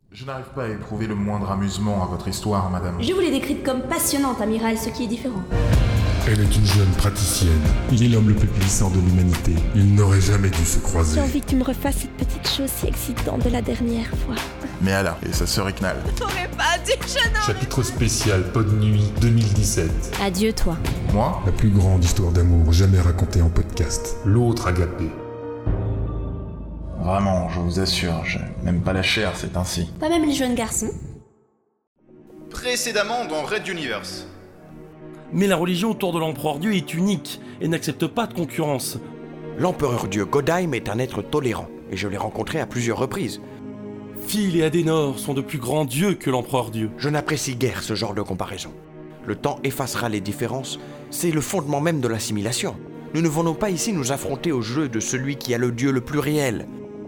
Je n'arrive pas à éprouver le moindre amusement à votre histoire, madame. Je vous l'ai décrite comme passionnante, amiral, ce qui est différent. Elle est une jeune praticienne. Il est l'homme le plus puissant de l'humanité. Ils n'auraient jamais dû se croiser. J'ai envie que tu me refasses cette petite chose si excitante de la dernière fois. Mais Allah, et sa sœur Iknal. T'aurais pas dit que je n'en... Chapitre spécial Pod Nuit 2017. Adieu, toi. Moi ? La plus grande histoire d'amour jamais racontée en podcast. L'autre agapé. Vraiment, je vous assure, je n'aime pas la chair, c'est ainsi. Pas même les jeunes garçons. Précédemment dans Red Universe. Mais la religion autour de l'empereur Dieu est unique et n'accepte pas de concurrence. L'empereur Dieu Godheim est un être tolérant, et je l'ai rencontré à plusieurs reprises. Phil et Adenor sont de plus grands dieux que l'empereur Dieu. Je n'apprécie guère ce genre de comparaison. Le temps effacera les différences, c'est le fondement même de l'assimilation. Nous ne venons pas ici nous affronter au jeu de celui qui a le Dieu le plus réel.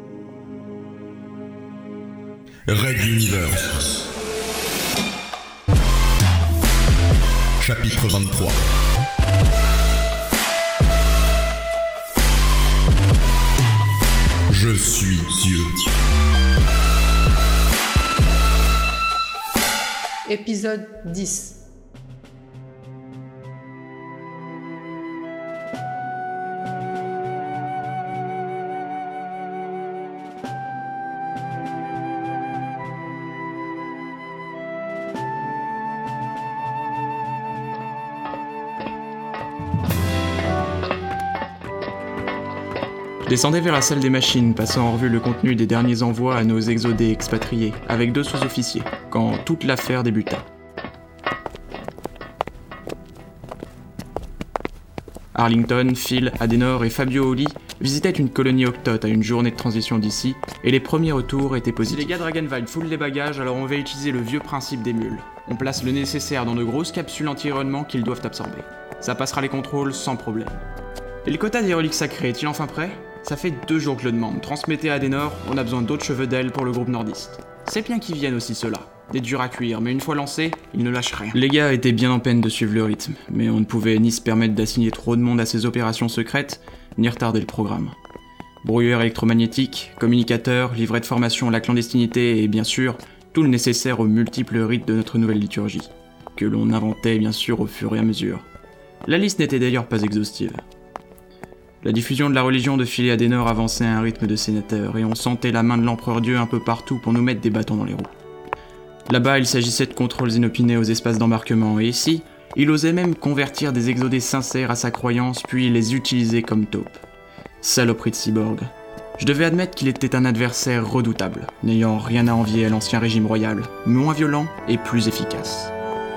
Red Universe. Chapitre 23. Je suis Dieu. Épisode 10. Je descendais vers la salle des machines, passant en revue le contenu des derniers envois à nos exodés expatriés, avec 2 sous-officiers, quand toute l'affaire débuta. Arlington, Phil, Adenor et Fabio Oli visitaient une colonie octote à une journée de transition d'ici, et les premiers retours étaient positifs. Si les gars Dragonville foulent les bagages, alors on va utiliser le vieux principe des mules. On place le nécessaire dans de grosses capsules anti-rayonnement qu'ils doivent absorber. Ça passera les contrôles sans problème. Et le quota des reliques sacrées est-il enfin prêt ? Ça fait 2 jours que je le demande. Transmettez à Adenor, on a besoin d'autres cheveux d'aile pour le groupe nordiste. C'est bien qu'ils viennent aussi ceux-là. Des durs à cuire, mais une fois lancés, ils ne lâchent rien. Les gars étaient bien en peine de suivre le rythme, mais on ne pouvait ni se permettre d'assigner trop de monde à ces opérations secrètes, ni retarder le programme. Brouilleur électromagnétique, communicateur, livret de formation à la clandestinité et bien sûr, tout le nécessaire aux multiples rites de notre nouvelle liturgie, que l'on inventait bien sûr au fur et à mesure. La liste n'était d'ailleurs pas exhaustive. La diffusion de la religion de Phil et Adenor avançait à un rythme de sénateur, et on sentait la main de l'empereur Dieu un peu partout pour nous mettre des bâtons dans les roues. Là-bas, il s'agissait de contrôles inopinés aux espaces d'embarquement, et ici, il osait même convertir des exodés sincères à sa croyance, puis les utiliser comme taupes. Saloperie de cyborg. Je devais admettre qu'il était un adversaire redoutable, n'ayant rien à envier à l'ancien régime royal, moins violent et plus efficace.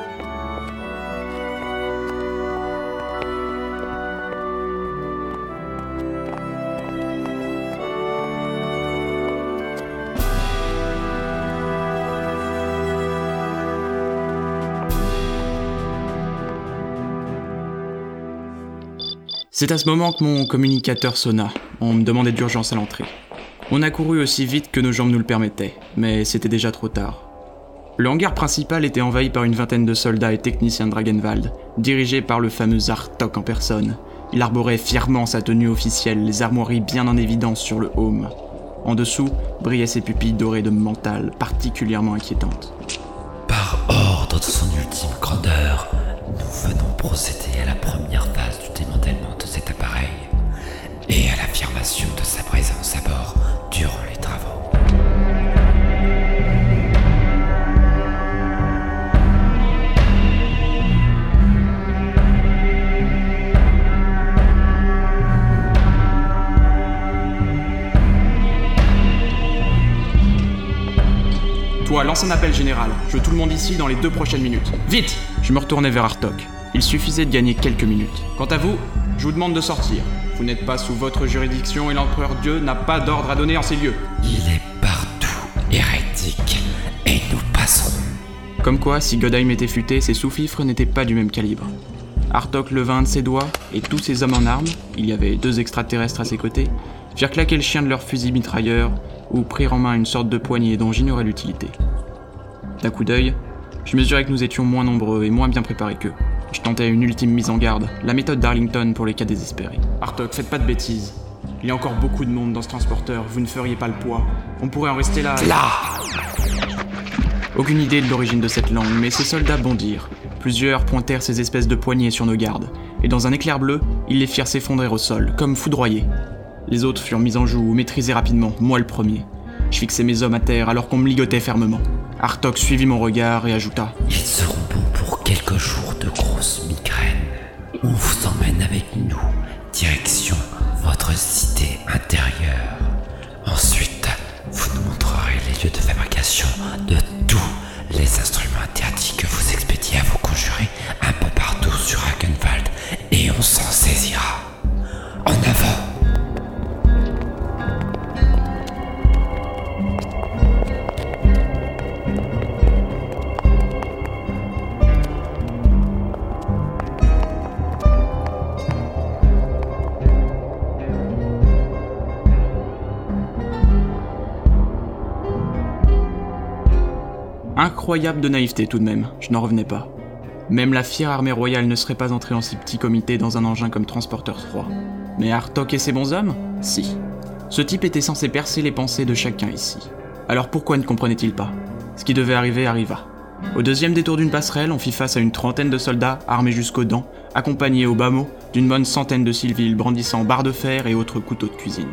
C'est à ce moment que mon communicateur sonna. On me demandait d'urgence à l'entrée. On a couru aussi vite que nos jambes nous le permettaient, mais c'était déjà trop tard. Le hangar principal était envahi par une vingtaine de soldats et techniciens de Dragonvald, dirigés par le fameux Artok en personne. Il arborait fièrement sa tenue officielle, les armoiries bien en évidence sur le home. En dessous, brillaient ses pupilles dorées de mental, particulièrement inquiétantes. Par ordre de son ultime grandeur, nous venons procéder à la première phase du démantèlement de cet appareil et à l'affirmation de sa présence à bord durant les travaux. Toi, lance un appel général. Je veux tout le monde ici dans les 2 prochaines minutes. Vite ! Je me retournais vers Artok. Il suffisait de gagner quelques minutes. Quant à vous, je vous demande de sortir. Vous n'êtes pas sous votre juridiction et l'empereur Dieu n'a pas d'ordre à donner en ces lieux. Il est partout, hérétique, et nous passerons. Comme quoi, si Godheim était futé, ses sous-fifres n'étaient pas du même calibre. Artok leva un de ses doigts, et tous ses hommes en armes, il y avait 2 extraterrestres à ses côtés, firent claquer le chien de leur fusil mitrailleur, ou prirent en main une sorte de poignée dont j'ignorais l'utilité. D'un coup d'œil, je mesurais que nous étions moins nombreux et moins bien préparés qu'eux. Je tentais une ultime mise en garde, la méthode d'Arlington pour les cas désespérés. Artok, faites pas de bêtises. Il y a encore beaucoup de monde dans ce transporteur, vous ne feriez pas le poids. On pourrait en rester là... Là Aucune idée de l'origine de cette langue, mais ces soldats bondirent. Plusieurs pointèrent ces espèces de poignées sur nos gardes, et dans un éclair bleu, ils les firent s'effondrer au sol, comme foudroyés. Les autres furent mis en joue ou maîtrisés rapidement, moi le premier. Je fixai mes hommes à terre alors qu'on me ligotait fermement. Artok suivit mon regard et ajouta « Ils seront bons pour quelques jours de grosses migraines. On vous emmène avec nous, direction votre cité intérieure. Ensuite, vous nous montrerez les lieux de fabrication de tous les instruments interdits que vous expédiez à vos conjurés un peu partout sur Ragnvald, et on s'en saisira. En avant !» Incroyable de naïveté tout de même, je n'en revenais pas. Même la fière armée royale ne serait pas entrée en si petit comité dans un engin comme transporteur froid. Mais Artok et ses bons hommes ? Si. Ce type était censé percer les pensées de chacun ici. Alors pourquoi ne comprenait-il pas ? Ce qui devait arriver arriva. Au deuxième détour d'une passerelle, on fit face à une trentaine de soldats armés jusqu'aux dents, accompagnés au bas mot d'une bonne centaine de civils brandissant barres de fer et autres couteaux de cuisine.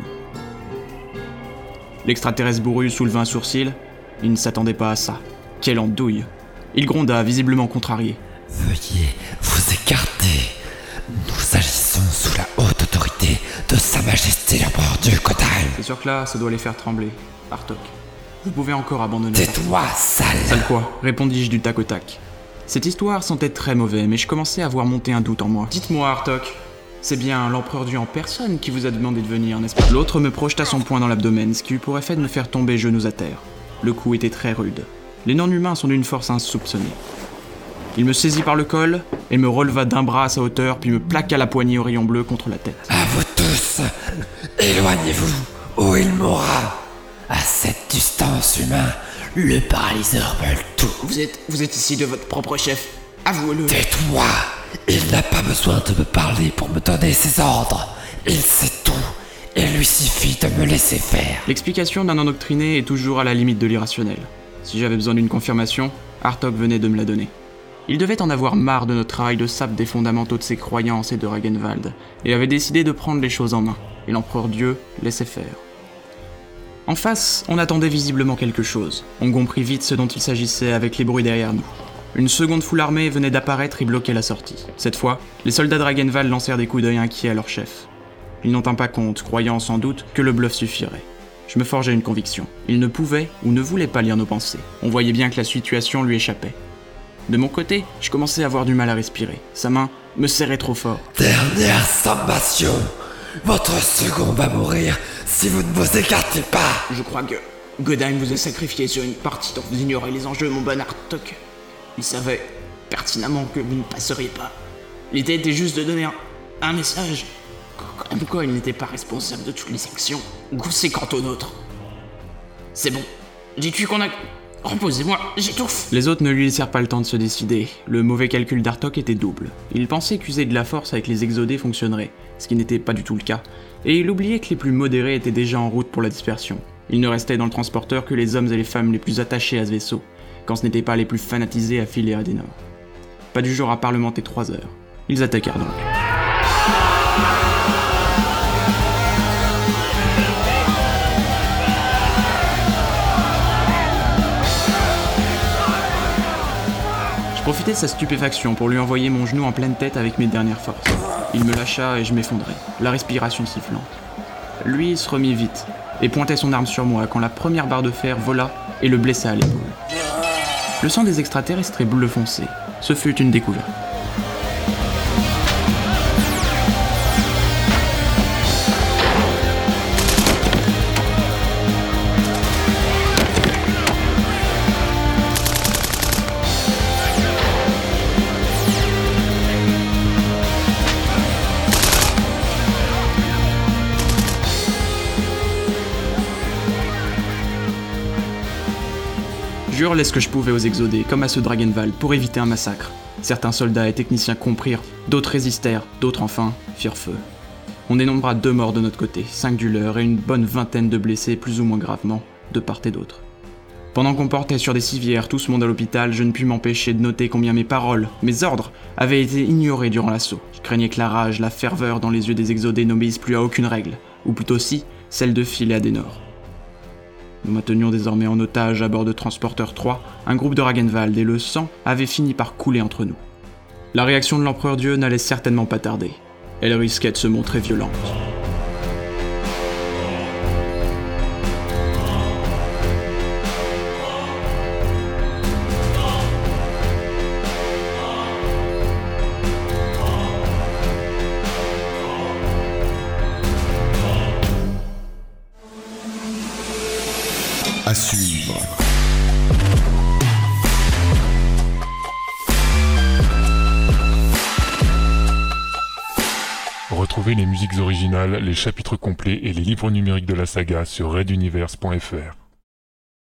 L'extraterrestre bourru souleva un sourcil, il ne s'attendait pas à ça. Quelle andouille ! Il gronda, visiblement contrarié. « Veuillez vous écarter. Nous agissons sous la haute autorité de Sa Majesté l'Empereur du Kodai. » C'est sûr que là, ça doit les faire trembler. Artok, vous pouvez encore abandonner. Tais-toi, sale !» Sale quoi ? Répondis-je du tac au tac. Cette histoire sentait très mauvais, mais je commençais à voir monter un doute en moi. Dites-moi, Artok, c'est bien l'Empereur Dieu en personne qui vous a demandé de venir, n'est-ce pas ? L'autre me projeta son poing dans l'abdomen, ce qui eut pour effet de me faire tomber genoux à terre. Le coup était très rude. Les non-humains sont d'une force insoupçonnée. Il me saisit par le col et me releva d'un bras à sa hauteur, puis me plaqua la poignée au rayon bleu contre la tête. « À vous tous, éloignez-vous, ou il mourra. À cette distance, humain, le paralyseur veut tout. » Vous êtes ici de votre propre chef, avouez-le. Tais-toi, il n'a pas besoin de me parler pour me donner ses ordres. Il sait tout, il lui suffit de me laisser faire. L'explication d'un endoctriné est toujours à la limite de l'irrationnel. Si j'avais besoin d'une confirmation, Artok venait de me la donner. Il devait en avoir marre de notre travail de sape des fondamentaux de ses croyances et de Ragnvald, et avait décidé de prendre les choses en main, et l'Empereur Dieu laissait faire. En face, on attendait visiblement quelque chose. On comprit vite ce dont il s'agissait avec les bruits derrière nous. Une seconde foule armée venait d'apparaître et bloquait la sortie. Cette fois, les soldats de Ragnvald lancèrent des coups d'œil inquiets à leur chef. Ils n'en tinrent pas compte, croyant sans doute que le bluff suffirait. Je me forgeais une conviction. Il ne pouvait ou ne voulait pas lire nos pensées. On voyait bien que la situation lui échappait. De mon côté, je commençais à avoir du mal à respirer. Sa main me serrait trop fort. Dernière sommation. Votre second va mourir si vous ne vous écartez pas. Je crois que Godheim vous a sacrifié sur une partie dont vous ignorez les enjeux, mon bon Artok. Il savait pertinemment que vous ne passeriez pas. L'idée était juste de donner un message. Comme quoi il n'était pas responsable de toutes les actions conséquentes aux nôtres. C'est bon. Dis-tu qu'on a... Reposez-moi, j'étouffe. Les autres ne lui laissèrent pas le temps de se décider. Le mauvais calcul d'Artok était double. Il pensait qu'user de la force avec les exodés fonctionnerait, ce qui n'était pas du tout le cas. Et il oubliait que les plus modérés étaient déjà en route pour la dispersion. Il ne restait dans le transporteur que les hommes et les femmes les plus attachés à ce vaisseau, quand ce n'était pas les plus fanatisés à filer à Denor. Pas du genre à parlementer 3 heures. Ils attaquèrent donc. Je profitais de sa stupéfaction pour lui envoyer mon genou en pleine tête avec mes dernières forces. Il me lâcha et je m'effondrai, la respiration sifflante. Lui se remit vite et pointait son arme sur moi quand la première barre de fer vola et le blessa à l'épaule. Le sang des extraterrestres est bleu foncé. Ce fut une découverte. Je hurlais ce que je pouvais aux exodés, comme à ceux de Ragnvald, pour éviter un massacre. Certains soldats et techniciens comprirent, d'autres résistèrent, d'autres enfin firent feu. On dénombra 2 morts de notre côté, 5 du leur et une bonne vingtaine de blessés plus ou moins gravement, de part et d'autre. Pendant qu'on portait sur des civières tout ce monde à l'hôpital, je ne pus m'empêcher de noter combien mes paroles, mes ordres, avaient été ignorés durant l'assaut. Je craignais que la rage, la ferveur dans les yeux des exodés n'obéissent plus à aucune règle, ou plutôt si, celle de Phil et Adenor. Nous maintenions désormais en otage à bord de Transporteur 3, un groupe de Ragenwald, et le sang avait fini par couler entre nous. La réaction de l'Empereur Dieu n'allait certainement pas tarder. Elle risquait de se montrer violente. À suivre. Retrouvez les musiques originales, les chapitres complets et les livres numériques de la saga sur reduniverse.fr.